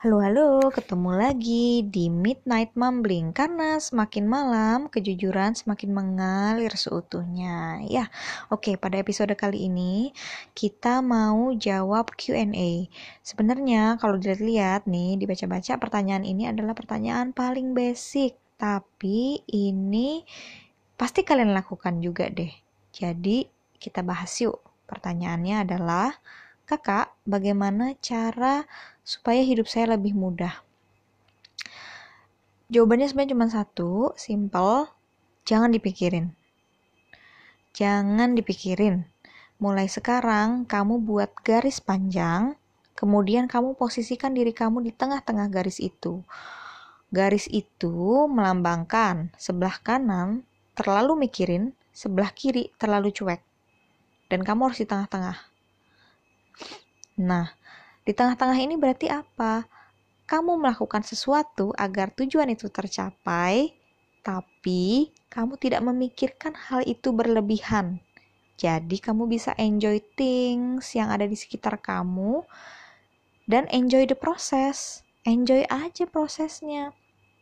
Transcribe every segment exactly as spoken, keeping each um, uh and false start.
Halo halo, ketemu lagi di Midnight Mumbling. Karena semakin malam, kejujuran semakin mengalir seutuhnya. Ya, oke, pada episode kali ini kita mau jawab Q and A. Sebenarnya kalau dilihat-lihat nih, dibaca-baca, pertanyaan ini adalah pertanyaan paling basic. Tapi ini pasti kalian lakukan juga deh. Jadi kita bahas yuk. Pertanyaannya adalah, Kakak, bagaimana cara supaya hidup saya lebih mudah? Jawabannya sebenarnya cuma satu, simple. Jangan dipikirin. Jangan dipikirin. Mulai sekarang, kamu buat garis panjang, kemudian kamu posisikan diri kamu di tengah-tengah garis itu. Garis itu melambangkan sebelah kanan terlalu mikirin, sebelah kiri terlalu cuek. Dan kamu harus di tengah-tengah. Nah, di tengah-tengah ini berarti apa? Kamu melakukan sesuatu agar tujuan itu tercapai, tapi kamu tidak memikirkan hal itu berlebihan. Jadi kamu bisa enjoy things yang ada di sekitar kamu dan enjoy the process. Enjoy aja prosesnya.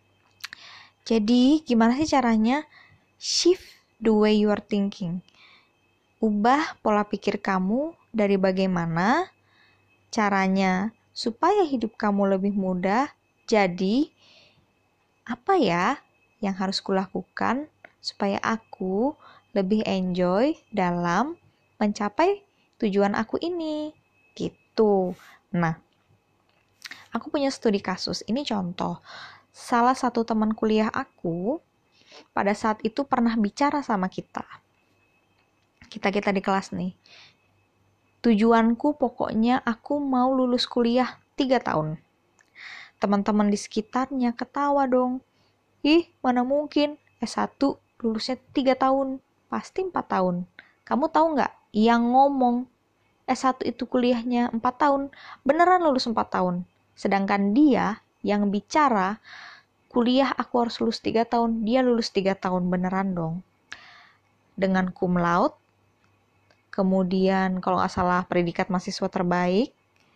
Jadi gimana sih caranya? Shift the way you are thinking. Ubah pola pikir kamu dari bagaimana caranya supaya hidup kamu lebih mudah. Jadi, apa ya yang harus kulakukan supaya aku lebih enjoy dalam mencapai tujuan aku ini? Gitu. Nah, aku punya studi kasus. Ini contoh. Salah satu teman kuliah aku pada saat itu pernah bicara sama kita. Kita-kita di kelas nih. Tujuanku pokoknya aku mau lulus kuliah tiga tahun. Teman-teman di sekitarnya ketawa dong. Ih, mana mungkin S satu lulusnya tiga tahun. Pasti empat tahun. Kamu tahu nggak? Yang ngomong S satu itu kuliahnya empat tahun. Beneran lulus empat tahun. Sedangkan dia yang bicara kuliah aku harus lulus tiga tahun. Dia lulus tiga tahun beneran dong. Dengan cum laude. Kemudian kalau nggak salah predikat mahasiswa terbaik,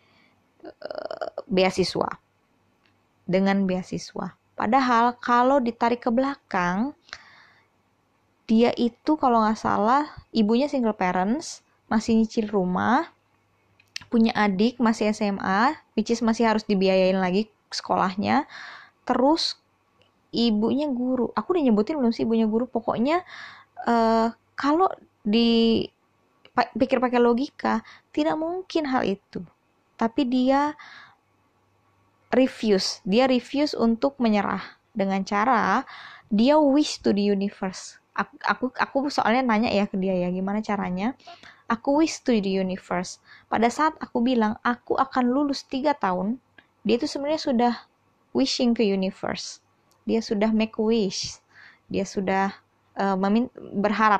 beasiswa. Dengan beasiswa. Padahal kalau ditarik ke belakang, dia itu kalau nggak salah ibunya single parents, masih nyicil rumah, punya adik masih S M A, which is masih harus dibiayain lagi sekolahnya. Terus ibunya guru. Aku udah nyebutin belum sih ibunya guru? Pokoknya uh, kalau di pikir pakai logika, tidak mungkin hal itu. Tapi dia refuse. Dia refuse untuk menyerah. Dengan cara dia wish to the universe. Aku, aku, aku soalnya nanya ya ke dia ya, gimana caranya? Aku wish to the universe. Pada saat aku bilang, aku akan lulus tiga tahun, dia itu sebenarnya sudah wishing ke universe. Dia sudah make wish. Dia sudah uh, memin- berharap.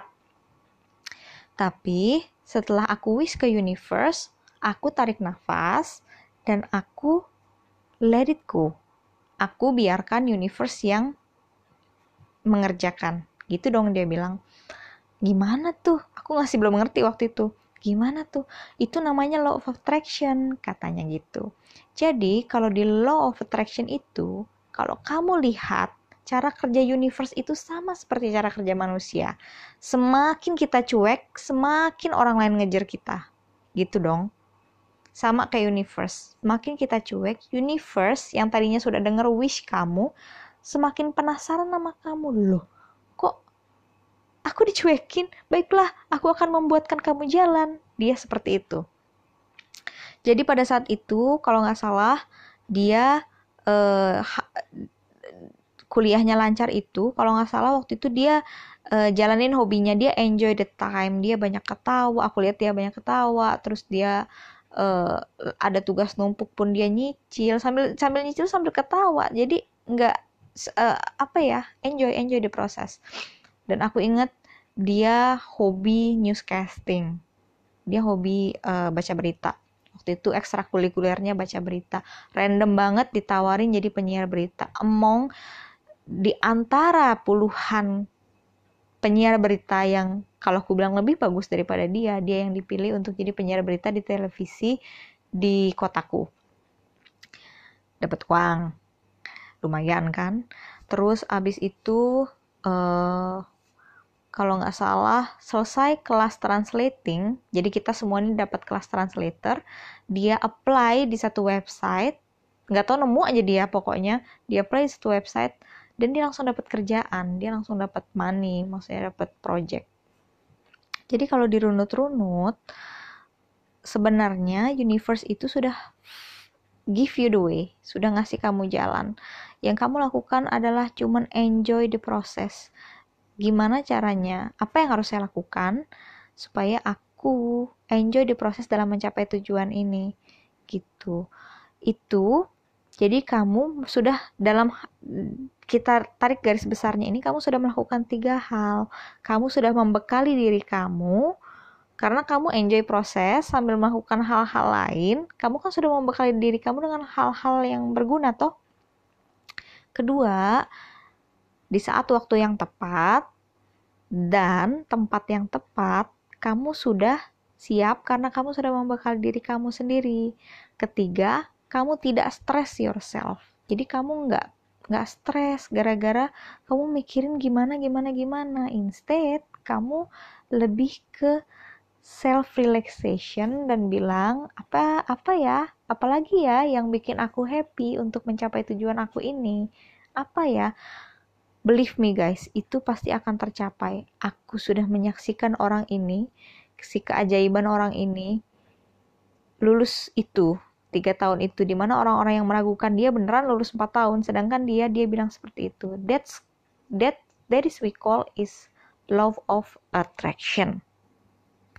Tapi setelah aku wish ke universe, aku tarik nafas dan aku let it go. Aku biarkan universe yang mengerjakan. Gitu dong dia bilang. Gimana tuh? Aku masih belum ngerti waktu itu. Gimana tuh? Itu namanya law of attraction, katanya gitu. Jadi, kalau di law of attraction itu, kalau kamu lihat cara kerja universe itu sama seperti cara kerja manusia. Semakin kita cuek, semakin orang lain ngejar kita. Gitu dong. Sama kayak universe. Semakin kita cuek, universe yang tadinya sudah denger wish kamu, semakin penasaran sama kamu. Loh, kok aku dicuekin? Baiklah, aku akan membuatkan kamu jalan. Dia seperti itu. Jadi pada saat itu, kalau nggak salah, dia eh, kuliahnya lancar itu, kalau nggak salah waktu itu dia uh, jalanin hobinya, dia enjoy the time, dia banyak ketawa, aku lihat dia banyak ketawa, terus dia uh, ada tugas numpuk pun dia nyicil, sambil sambil nyicil sambil ketawa, jadi nggak uh, apa ya, enjoy enjoy the process. Dan aku ingat dia hobi newscasting, dia hobi uh, baca berita. Waktu itu ekstrakurikulernya baca berita, random banget ditawarin jadi penyiar berita, among di antara puluhan penyiar berita yang kalau aku bilang lebih bagus daripada dia, dia yang dipilih untuk jadi penyiar berita di televisi di kotaku. dapat uang, lumayan kan. Terus abis itu uh, kalau nggak salah selesai kelas translating, jadi kita semua ini dapat kelas translator, dia apply di satu website, nggak tahu nemu aja dia, pokoknya dia apply di satu website dan dia langsung dapat kerjaan, dia langsung dapat money, maksudnya dapat project. Jadi kalau dirunut-runut, sebenarnya universe itu sudah give you the way, sudah ngasih kamu jalan. Yang kamu lakukan adalah cuman enjoy the process. Gimana caranya? Apa yang harus saya lakukan supaya aku enjoy the process dalam mencapai tujuan ini? Gitu. Itu, jadi kamu sudah dalam, kita tarik garis besarnya ini, kamu sudah melakukan tiga hal. Kamu sudah membekali diri kamu, karena kamu enjoy proses sambil melakukan hal-hal lain, kamu kan sudah membekali diri kamu dengan hal-hal yang berguna toh. Kedua, di saat waktu yang tepat dan tempat yang tepat, kamu sudah siap karena kamu sudah membekali diri kamu sendiri. Ketiga, kamu tidak stress yourself. Jadi kamu nggak nggak stres gara-gara kamu mikirin gimana gimana gimana. Instead, kamu lebih ke self relaxation dan bilang apa apa ya, apalagi ya yang bikin aku happy untuk mencapai tujuan aku ini, apa ya. Believe me guys, itu pasti akan tercapai. Aku sudah menyaksikan orang ini, si keajaiban orang ini lulus itu tiga tahun itu, dimana orang-orang yang meragukan dia beneran lulus empat tahun, sedangkan dia dia bilang seperti itu. That's that that is we call is law of attraction.